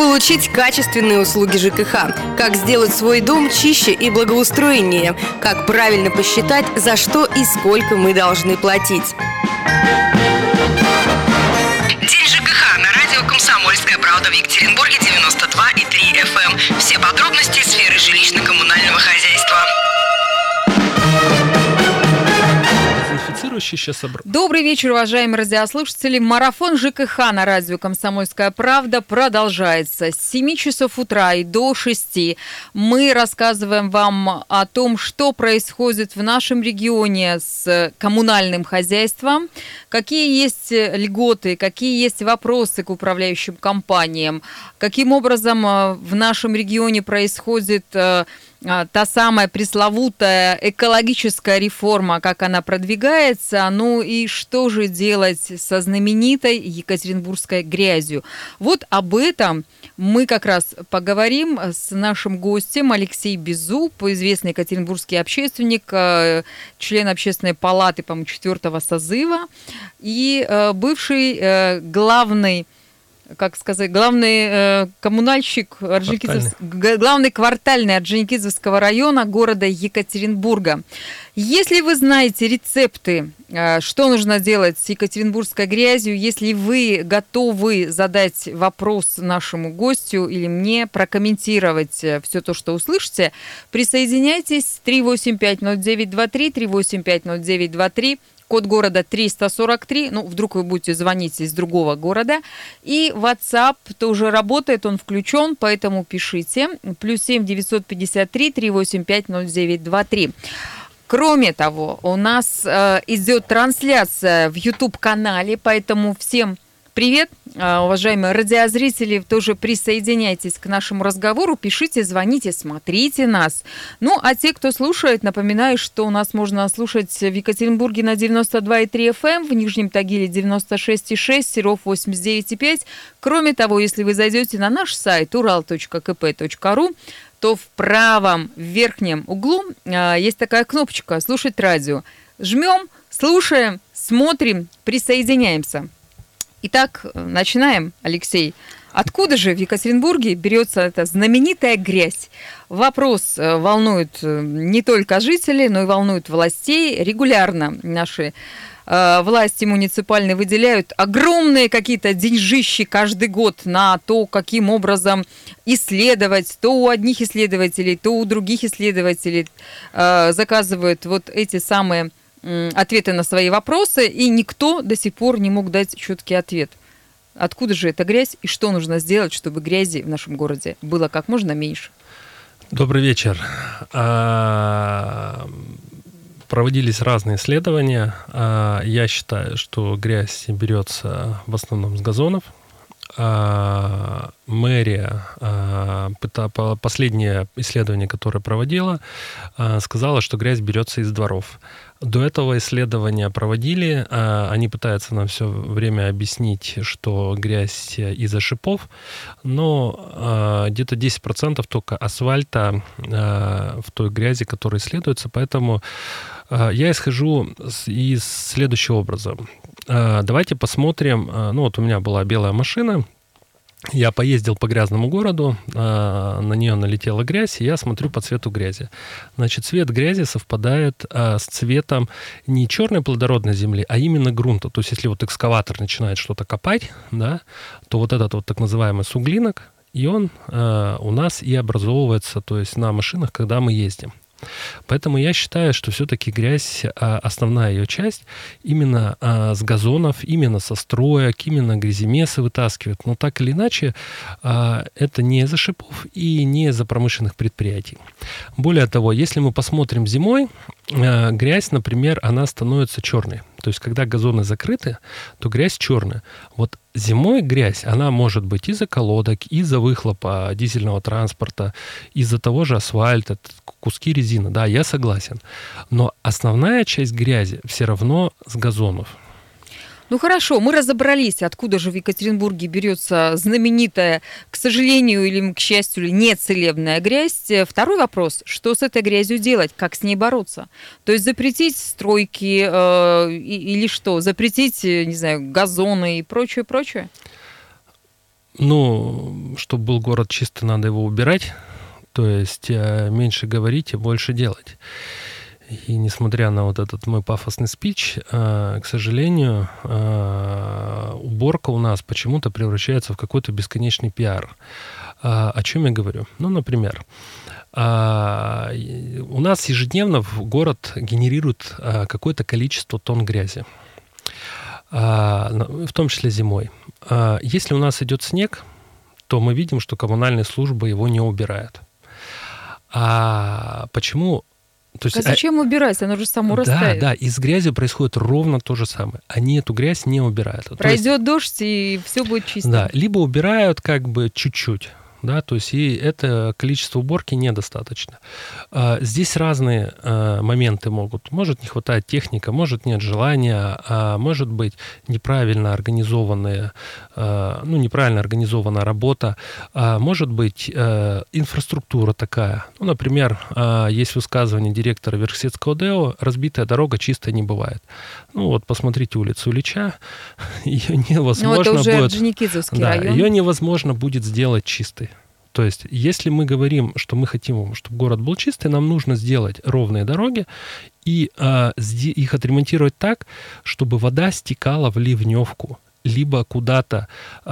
получить качественные услуги ЖКХ, как сделать свой дом чище и благоустроеннее, как правильно посчитать, за что и сколько мы должны платить. День ЖКХ на радио «Комсомольская правда» в Екатеринбурге 92,3 FM. Все подробности сферы жилищно-коммунального хозяйства. Добрый вечер, уважаемые радиослушатели. Марафон ЖКХ на радио «Комсомольская правда» продолжается. С 7 часов утра и до 6 мы рассказываем вам о том, что происходит в нашем регионе с коммунальным хозяйством, какие есть льготы, какие есть вопросы к управляющим компаниям, каким образом в нашем регионе происходит та самая пресловутая экологическая реформа, как она продвигается, ну и что же делать со знаменитой екатеринбургской грязью. Вот об этом мы как раз поговорим с нашим гостем Алексей Беззуб, известный екатеринбургский общественник, член общественной палаты, по-моему, 4-го созыва и бывший главный коммунальщик главный квартальный Орджоникидзевского района города Екатеринбурга. Если вы знаете рецепты, что нужно делать с екатеринбургской грязью, если вы готовы задать вопрос нашему гостю или мне, прокомментировать все то, что услышите, присоединяйтесь 3850923, 3850923. Код города 343, вдруг вы будете звонить из другого города. И WhatsApp тоже работает, он включен, поэтому пишите. +7 953 385 0923. Кроме того, у нас идет трансляция в YouTube-канале, поэтому всем привет, уважаемые радиозрители, тоже присоединяйтесь к нашему разговору, пишите, звоните, смотрите нас. Ну, а те, кто слушает, напоминаю, что у нас можно слушать в Екатеринбурге на 92,3 FM, в Нижнем Тагиле 96,6, Серов 89,5. Кроме того, если вы зайдете на наш сайт ural.kp.ru, то в правом верхнем углу есть такая кнопочка «Слушать радио». Жмем, слушаем, смотрим, присоединяемся. Итак, начинаем, Алексей. Откуда же в Екатеринбурге берется эта знаменитая грязь? Вопрос волнует не только жителей, но и волнует властей. Регулярно наши власти муниципальные выделяют огромные какие-то деньжищи каждый год на то, каким образом исследовать. То у одних исследователей, то у других исследователей заказывают вот эти самые ответы на свои вопросы, и никто до сих пор не мог дать четкий ответ. Откуда же эта грязь и что нужно сделать, чтобы грязи в нашем городе было как можно меньше? Добрый вечер. Проводились разные исследования. Я считаю, что грязь берется в основном с газонов. Мэрия, последнее исследование, которое проводила, сказала, что грязь берется из дворов. До этого исследования проводили, они пытаются нам все время объяснить, что грязь из-за шипов, но где-то 10% только асфальта в той грязи, которая исследуется, поэтому я исхожу из следующего образа. Давайте посмотрим, вот у меня была белая машина, я поездил по грязному городу, на нее налетела грязь, и я смотрю по цвету грязи. Значит, цвет грязи совпадает с цветом не черной плодородной земли, а именно грунта. То есть, если вот экскаватор начинает что-то копать, да, то вот этот вот так называемый суглинок, и он у нас и образовывается, то есть на машинах, когда мы ездим. Поэтому я считаю, что все-таки грязь, основная ее часть, именно с газонов, именно со строек, именно гряземесы вытаскивают. Но так или иначе, это не из-за шипов и не из-за промышленных предприятий. Более того, если мы посмотрим зимой, грязь, например, она становится черной. То есть, когда газоны закрыты, то грязь черная. Вот зимой грязь, она может быть из-за колодок, из-за выхлопа дизельного транспорта, из-за того же асфальта, куски резины. Да, я согласен. Но основная часть грязи все равно с газонов. Ну хорошо, мы разобрались, откуда же в Екатеринбурге берется знаменитая, к сожалению или к счастью, нецелебная грязь. Второй вопрос, что с этой грязью делать, как с ней бороться? То есть запретить стройки или что? Запретить, не знаю, газоны и прочее? Ну, чтобы был город чистый, надо его убирать. То есть меньше говорить и больше делать. И несмотря на вот этот мой пафосный спич, к сожалению, уборка у нас почему-то превращается в какой-то бесконечный пиар. О чем я говорю? Ну, например, у нас ежедневно в город генерирует какое-то количество тонн грязи, в том числе зимой. Если у нас идет снег, то мы видим, что коммунальные службы его не убирают. А почему? То есть, зачем убирать? Оно же само растает. Да, и с грязью происходит ровно то же самое. Они эту грязь не убирают. Пройдет дождь, и все будет чисто. Да, либо убирают как бы чуть-чуть. Да, то есть и это количество уборки недостаточно. Здесь разные моменты могут. Может не хватать техника, может нет желания, может быть неправильно организованная работа, может быть инфраструктура такая. Ну, например, есть высказывание директора Верхсетского ДЭО: разбитая дорога чистая не бывает. Ну вот посмотрите улицу Ильича, ее невозможно это уже будет... Орджоникидзевский район. Ее невозможно будет сделать чистой. То есть, если мы говорим, что мы хотим, чтобы город был чистый, нам нужно сделать ровные дороги и их отремонтировать так, чтобы вода стекала в ливневку, либо куда-то,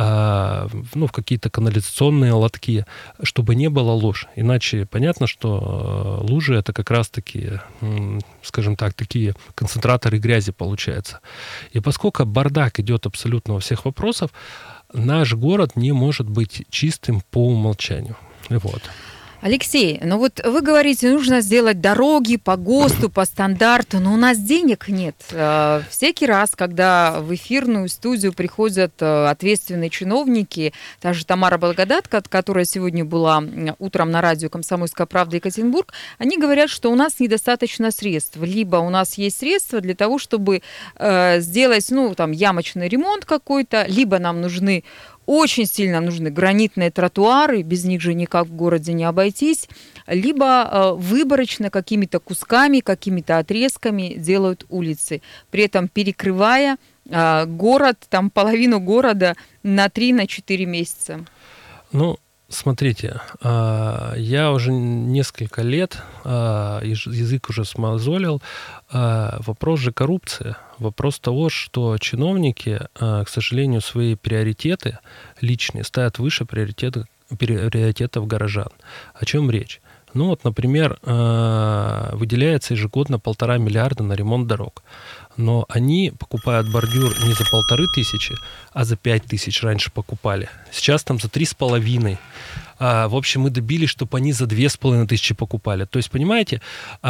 в какие-то канализационные лотки, чтобы не было луж. Иначе понятно, что лужи — это как раз-таки, скажем так, такие концентраторы грязи получаются. И поскольку бардак идет абсолютно во всех вопросах, наш город не может быть чистым по умолчанию. Вот. Алексей, ну вот вы говорите, нужно сделать дороги по ГОСТу, по стандарту, но у нас денег нет. Всякий раз, когда в эфирную студию приходят ответственные чиновники, та же Тамара Благодатка, которая сегодня была утром на радио «Комсомольская правда» Екатеринбург, они говорят, что у нас недостаточно средств. Либо у нас есть средства для того, чтобы сделать, ямочный ремонт какой-то, либо нам очень сильно нужны гранитные тротуары, без них же никак в городе не обойтись, либо выборочно какими-то кусками, какими-то отрезками делают улицы, при этом перекрывая город, половину города на 3-4 месяца. Смотрите, я уже несколько лет, язык уже смазолил, вопрос же коррупции, вопрос того, что чиновники, к сожалению, свои приоритеты личные ставят выше приоритетов горожан. О чем речь? Например, выделяется ежегодно 1,5 миллиарда на ремонт дорог. Но они покупают бордюр не за 1500, а за 5000 раньше покупали. Сейчас там за 3,5. В общем, мы добились, чтобы они за 2500 покупали. То есть, понимаете,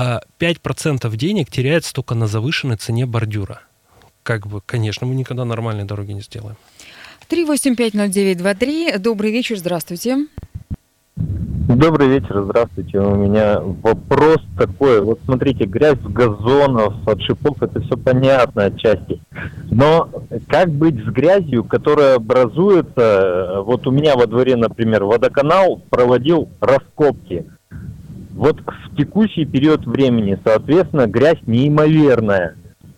5% денег теряется только на завышенной цене бордюра. Конечно, мы никогда нормальные дороги не сделаем. 3850923. Добрый вечер, здравствуйте. Добрый вечер, здравствуйте. У меня вопрос такой. Вот смотрите, грязь с газонов, от шипов, это все понятно отчасти. Но как быть с грязью, которая образуется... Вот у меня во дворе, например, водоканал проводил раскопки. Вот в текущий период времени, соответственно, грязь неимоверная.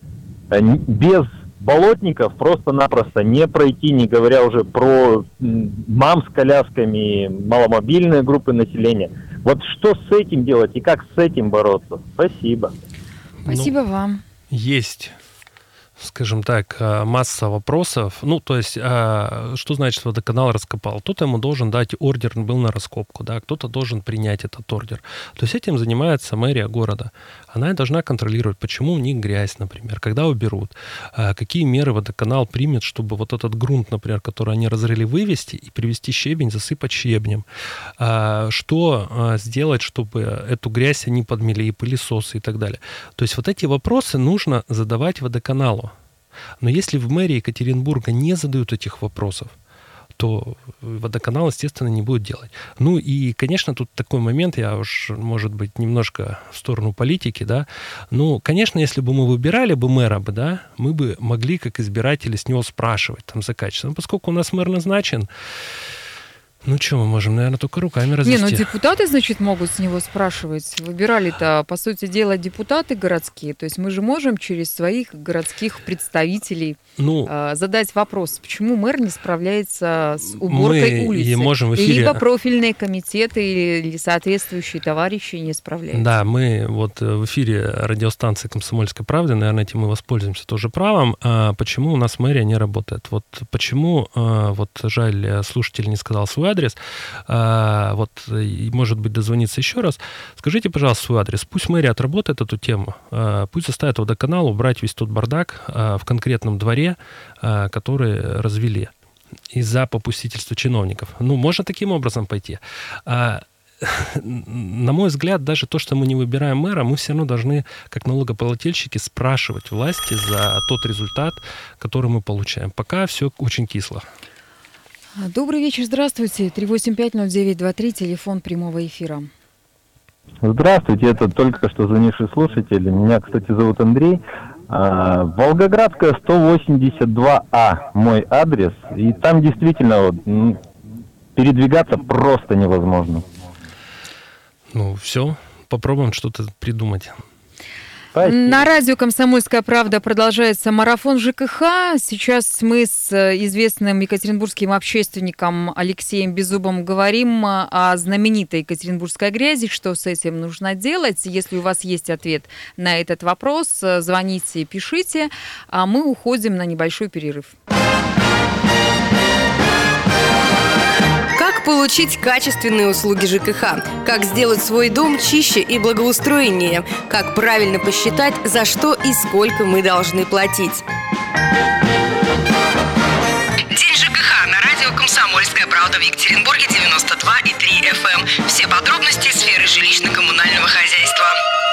Без болотников просто-напросто не пройти, не говоря уже про мам с колясками, маломобильные группы населения. Вот что с этим делать и как с этим бороться? Спасибо. Спасибо вам. Есть, скажем так, масса вопросов. Что значит водоканал раскопал? Кто-то ему должен дать ордер, был на раскопку, да, кто-то должен принять этот ордер. То есть этим занимается мэрия города. Она должна контролировать, почему у них грязь, например, когда уберут, какие меры водоканал примет, чтобы вот этот грунт, например, который они разрыли, вывести и привезти щебень, засыпать щебнем. Что сделать, чтобы эту грязь они подмели, пылесосы и так далее. То есть вот эти вопросы нужно задавать водоканалу. Но если в мэрии Екатеринбурга не задают этих вопросов, то водоканал, естественно, не будет делать. И, конечно, тут такой момент, я уж, может быть, немножко в сторону политики, да. Конечно, если бы мы выбирали бы мэра, да, мы бы могли, как избиратели, с него спрашивать за качество. Но поскольку у нас мэр назначен, Ну, что мы можем, наверное, только руками развести. Не, ну депутаты, значит, могут с него спрашивать. Выбирали-то, по сути дела, депутаты городские. То есть мы же можем через своих городских представителей задать вопрос, почему мэр не справляется с уборкой улицы. Можем в эфире... Либо профильные комитеты или соответствующие товарищи не справляются. Да, мы вот в эфире радиостанции «Комсомольская правда», наверное, этим мы воспользуемся тоже правом. Почему у нас мэрия не работает? Вот почему, вот жаль, слушатель не сказал свой адрес, вот, может быть, дозвониться еще раз. Скажите, пожалуйста, свой адрес. Пусть мэрия отработает эту тему, пусть заставит водоканал убрать весь тот бардак в конкретном дворе, который развели из-за попустительства чиновников. Ну, можно таким образом пойти. На мой взгляд, даже то, что мы не выбираем мэра, мы все равно должны, как налогоплательщики, спрашивать власти за тот результат, который мы получаем. Пока все очень кисло. Добрый вечер, здравствуйте. 3850923, телефон прямого эфира. Здравствуйте, это только что звонивший слушатель. Меня, кстати, зовут Андрей. Волгоградская, 182А, мой адрес. И там действительно передвигаться просто невозможно. Ну, все, попробуем что-то придумать. Спасибо. На радио «Комсомольская правда» продолжается марафон ЖКХ. Сейчас мы с известным екатеринбургским общественником Алексеем Беззубовым говорим о знаменитой екатеринбургской грязи, что с этим нужно делать. Если у вас есть ответ на этот вопрос, звоните, пишите, а мы уходим на небольшой перерыв. Как получить качественные услуги ЖКХ? Как сделать свой дом чище и благоустроеннее? Как правильно посчитать, за что и сколько мы должны платить? День ЖКХ на радио «Комсомольская правда» в Екатеринбурге 92,3 FM. Все подробности сферы жилищно-коммунального хозяйства.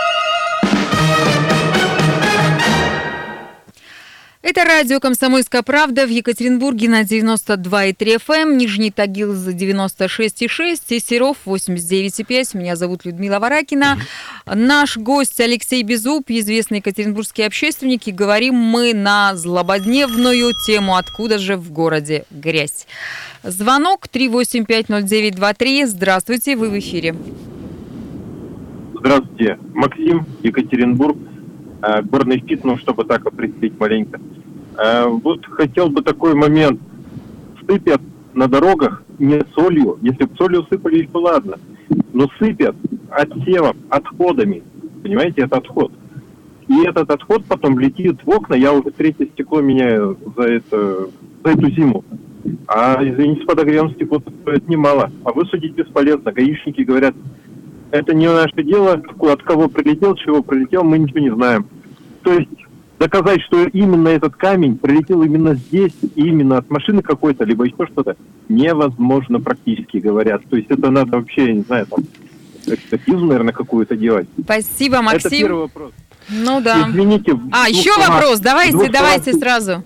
Это радио «Комсомольская правда» в Екатеринбурге на 92,3 FM, Нижний Тагил за 96,6 и Серов 89,5. Меня зовут Людмила Варакина. Наш гость Алексей Беззуб, известный екатеринбургский общественник, и говорим мы на злободневную тему «Откуда же в городе грязь?». Звонок 3850923. Здравствуйте, вы в эфире. Здравствуйте, Максим, Екатеринбург. Горный щит, чтобы так определить маленько. Вот хотел бы такой момент. Сыпят на дорогах не солью. Если бы солью сыпали, еще ладно. Но сыпят отсевом, отходами. Понимаете, это отход. И этот отход потом летит в окна. Я уже третье стекло меняю за эту зиму. А, извините, с подогревом стекло стоит немало. А высудить бесполезно. Гаишники говорят, это не наше дело, от кого прилетел, чего прилетел, мы ничего не знаем. То есть доказать, что именно этот камень прилетел именно здесь, и именно от машины какой-то, либо еще что-то, невозможно практически говорят. То есть это надо вообще, я не знаю, там, экспертизу, наверное, какую-то делать. Спасибо, Максим. Это первый вопрос. Ну да. Извините. Еще вопрос, давайте сразу.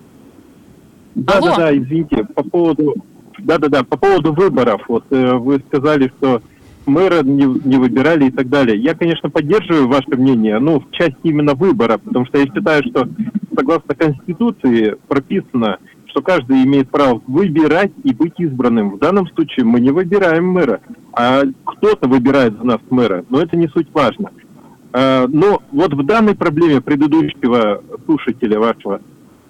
Да, извините, по поводу выборов. Вот вы сказали, что мэра не выбирали и так далее. Я, конечно, поддерживаю ваше мнение, в части именно выбора, потому что я считаю, что согласно Конституции прописано, что каждый имеет право выбирать и быть избранным. В данном случае мы не выбираем мэра, а кто-то выбирает за нас мэра, но это не суть важно. Но вот в данной проблеме предыдущего слушателя вашего,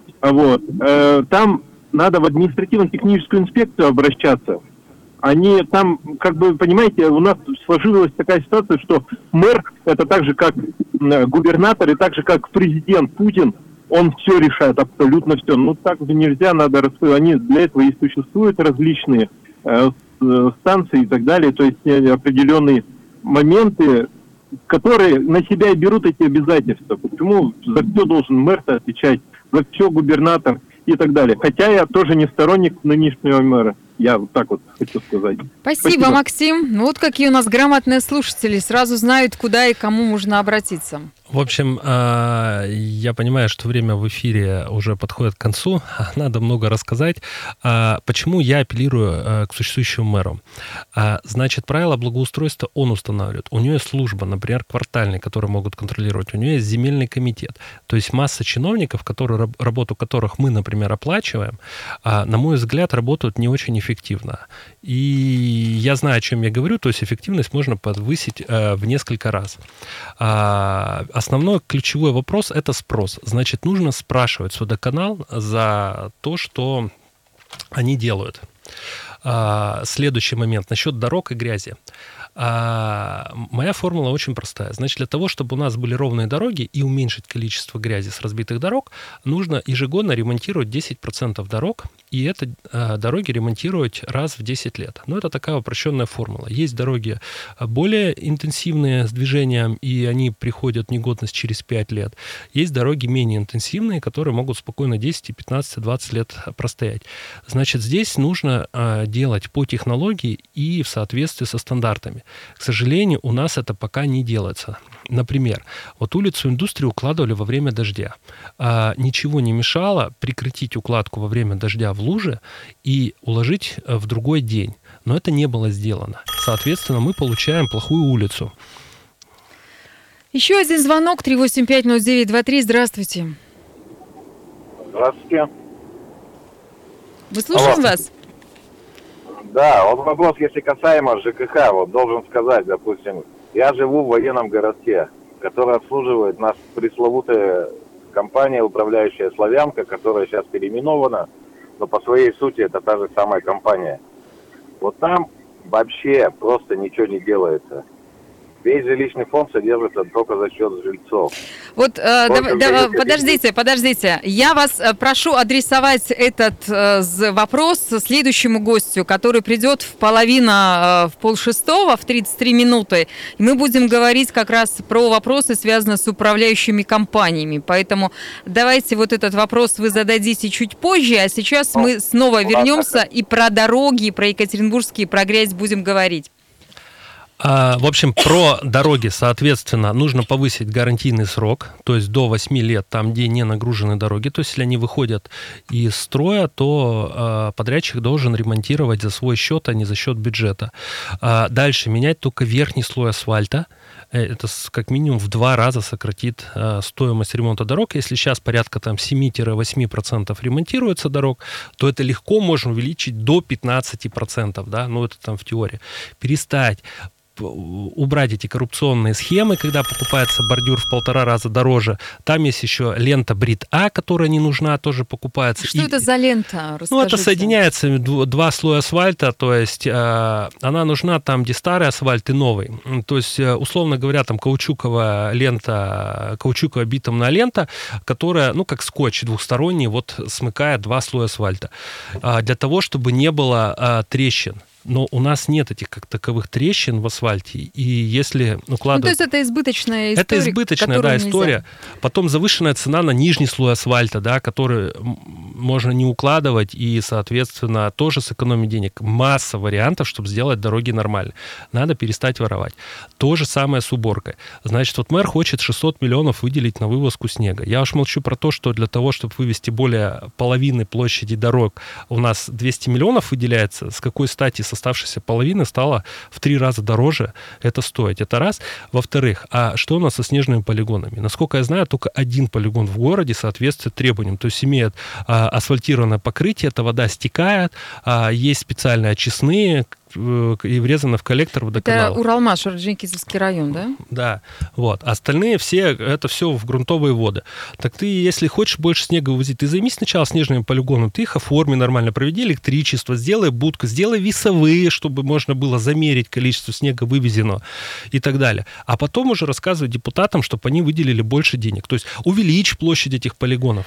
там надо в административно-техническую инспекцию обращаться. Они там, понимаете, у нас сложилась такая ситуация, что мэр, это так же, как губернатор, и так же, как президент Путин, он все решает, абсолютно все. Так же нельзя, они для этого и существуют различные станции и так далее, то есть определенные моменты, которые на себя и берут эти обязательства. Почему за все должен мэр-то отвечать, за все губернатор и так далее. Хотя я тоже не сторонник нынешнего мэра. Я вот так вот хочу сказать. Спасибо, Максим. Вот какие у нас грамотные слушатели. Сразу знают, куда и кому можно обратиться. В общем, я понимаю, что время в эфире уже подходит к концу, надо много рассказать. Почему я апеллирую к существующему мэру? Значит, правила благоустройства он устанавливает. У него есть служба, например, квартальная, которые могут контролировать. У него есть земельный комитет. То есть масса чиновников, работу которых мы, например, оплачиваем, на мой взгляд, работают не очень эффективно. И я знаю, о чем я говорю, то есть эффективность можно повысить в несколько раз. Основной ключевой вопрос – это спрос. Значит, нужно спрашивать водоканал за то, что они делают. Следующий момент насчет дорог и грязи. Моя формула очень простая. Значит, для того, чтобы у нас были ровные дороги и уменьшить количество грязи с разбитых дорог, нужно ежегодно ремонтировать 10% дорог, и это дороги ремонтировать раз в 10 лет. Но это такая упрощенная формула. Есть дороги более интенсивные с движением, и они приходят в негодность через 5 лет. Есть дороги менее интенсивные, которые могут спокойно 10, 15, 20 лет простоять. Значит, здесь нужно делать по технологии и в соответствии со стандартами. К сожалению, у нас это пока не делается. Например, вот улицу Индустрии укладывали во время дождя. Ничего не мешало прекратить укладку во время дождя в луже и уложить в другой день. Но это не было сделано. Соответственно, мы получаем плохую улицу. Еще один звонок, 3850923. Здравствуйте. Здравствуйте. Мы слушаем вас. Да, вот вопрос, если касаемо ЖКХ, вот должен сказать, допустим, я живу в военном городке, который обслуживает нас пресловутая компания, управляющая «Славянка», которая сейчас переименована, но по своей сути это та же самая компания. Вот там вообще просто ничего не делается. Весь жилищный фонд содержится только за счет жильцов. Вот, подождите. Я вас прошу адресовать этот вопрос следующему гостю, который придет в 5:30, в 33 минуты. И мы будем говорить как раз про вопросы, связанные с управляющими компаниями. Поэтому давайте вот этот вопрос вы зададите чуть позже, а сейчас мы снова вернемся и про дороги, про екатеринбургские, про грязь будем говорить. В общем, про дороги, соответственно, нужно повысить гарантийный срок, то есть до 8 лет, там, где не нагружены дороги. То есть, если они выходят из строя, то подрядчик должен ремонтировать за свой счет, а не за счет бюджета. Дальше менять только верхний слой асфальта. Это как минимум в 2 раза сократит стоимость ремонта дорог. Если сейчас порядка 7-8% ремонтируется дорог, то это легко можно увеличить до 15%, да, ну это там в теории. Перестать убрать эти коррупционные схемы, когда покупается бордюр в 1,5 раза дороже. Там есть еще лента Брит-А, которая не нужна, тоже покупается. Что это за лента? Расскажите. Ну, это соединяется 2 слоя асфальта, то есть она нужна там, где старый асфальт и новый. То есть, условно говоря, там каучуковая лента, каучуковая битумная лента, которая, ну, как скотч двухсторонний, вот смыкает 2 слоя асфальта. Для того, чтобы не было трещин. Но у нас нет этих как таковых трещин в асфальте, и если укладывать... Ну, то есть это избыточная история. Это избыточная, да, история. Потом завышенная цена на нижний слой асфальта, да, который можно не укладывать, и, соответственно, тоже сэкономить денег. Масса вариантов, чтобы сделать дороги нормально. Надо перестать воровать. То же самое с уборкой. Значит, вот мэр хочет 600 миллионов выделить на вывозку снега. Я уж молчу про то, что для того, чтобы вывести более половины площади дорог, у нас 200 миллионов выделяется. С какой стати с оставшейся половины стало в 3 раза дороже это стоить. Это раз. Во-вторых, а что у нас со снежными полигонами? Насколько я знаю, только 1 полигон в городе соответствует требованиям. То есть имеет асфальтированное покрытие, эта вода стекает, есть специальные очистные, и врезано в коллектор водоканала. Это Уралмаш, Орджоникидзевский район, да? Да. Вот. Остальные все, это все в грунтовые воды. Так ты, если хочешь больше снега вывозить, ты займись сначала снежными полигонами, ты их оформи нормально, проведи электричество, сделай будку, сделай весовые, чтобы можно было замерить количество снега вывезенного и так далее. А потом уже рассказывай депутатам, чтобы они выделили больше денег. То есть увеличь площадь этих полигонов.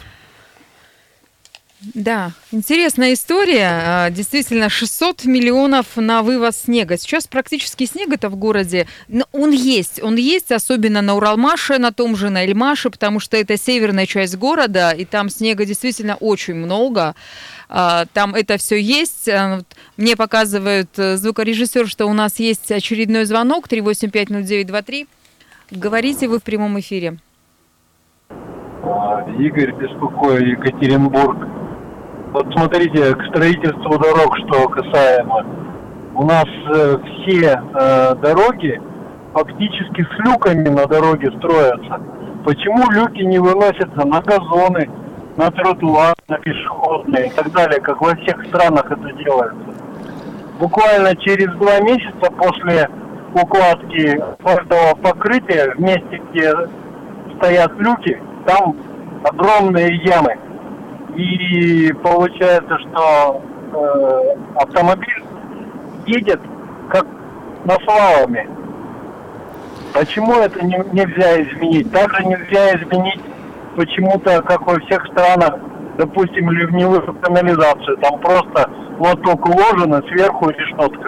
Да, интересная история. Действительно, 600 миллионов на вывоз снега. Сейчас практически снега-то в городе, он есть, особенно на Уралмаше, на том же, на Эльмаше, потому что это северная часть города, и там снега действительно очень много. Там это все есть. Мне показывает звукорежиссер, что у нас есть очередной звонок, 3850923. Говорите вы в прямом эфире. Игорь беспокоит, Екатеринбург. Вот смотрите, к строительству дорог, что касаемо. У нас все дороги фактически с люками на дороге строятся. Почему люки не выносятся на газоны, на тротуар, на пешеходные и так далее, как во всех странах это делается? Буквально через 2 месяца после укладки асфальтового покрытия, в месте, где стоят люки, там огромные ямы. И получается, что автомобиль едет как на слаломе. Почему это нельзя изменить? Также нельзя изменить почему-то, как во всех странах, допустим, ливневую канализацию. Там просто лоток уложен, и сверху решетка.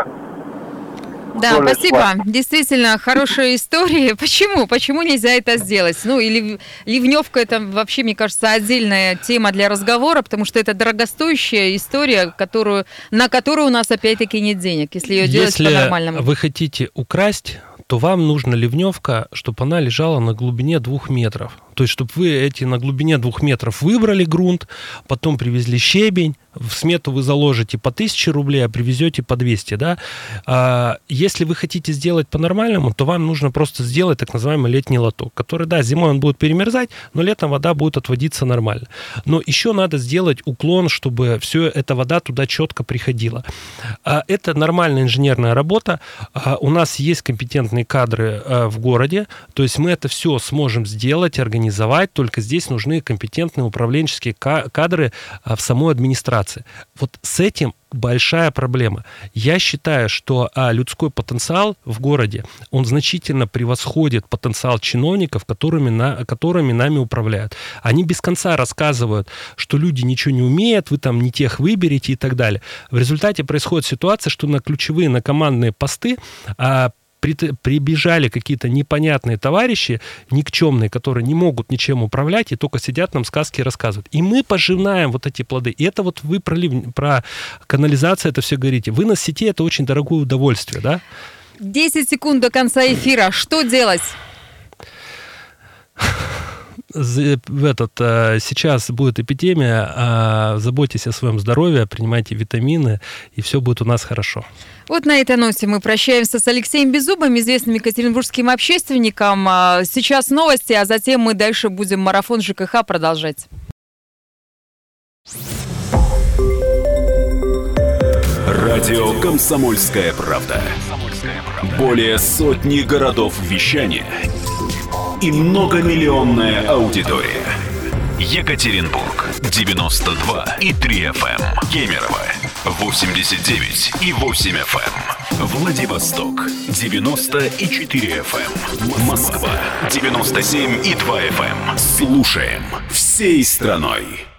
Да, спасибо. Действительно, хорошая история. Почему? Почему нельзя это сделать? Ну, или ливневка, это вообще, мне кажется, отдельная тема для разговора, потому что это дорогостоящая история, на которую у нас опять-таки нет денег, если ее делать по-нормальному. Если вы хотите украсть, то вам нужна ливневка, чтобы она лежала на глубине 2 метров. То есть, чтобы вы на глубине 2 метров выбрали грунт, потом привезли щебень, в смету вы заложите по 1000 рублей, а привезете по 200, да? Если вы хотите сделать по-нормальному, то вам нужно просто сделать так называемый летний лоток, который, да, зимой он будет перемерзать, но летом вода будет отводиться нормально. Но еще надо сделать уклон, чтобы все эта вода туда четко приходила. Это нормальная инженерная работа. У нас есть компетентные кадры в городе, то есть мы это все сможем сделать, организовать, только здесь нужны компетентные управленческие кадры в самой администрации. Вот с этим большая проблема. Я считаю, что людской потенциал в городе, он значительно превосходит потенциал чиновников, которыми нами управляют. Они без конца рассказывают, что люди ничего не умеют, вы там не тех выберете и так далее. В результате происходит ситуация, что на ключевые, на командные посты прибежали какие-то непонятные товарищи, никчемные, которые не могут ничем управлять и только сидят нам сказки рассказывают. И мы пожинаем вот эти плоды. И это вот вы про канализацию это все говорите. Вынос сетей — это очень дорогое удовольствие, да? 10 секунд до конца эфира. Что делать? Сейчас будет эпидемия, заботьтесь о своем здоровье, принимайте витамины, и все будет у нас хорошо. Вот на этой ноте мы прощаемся с Алексеем Беззубым, известным екатеринбургским общественником. Сейчас новости, а затем мы дальше будем марафон ЖКХ продолжать. Радио «Комсомольская правда». Более сотни городов вещания и многомиллионная аудитория. Екатеринбург 92,3 FM. Кемерово 89,8 FM. Владивосток 90,4 FM. Москва 97,2 FM. Слушаем всей страной.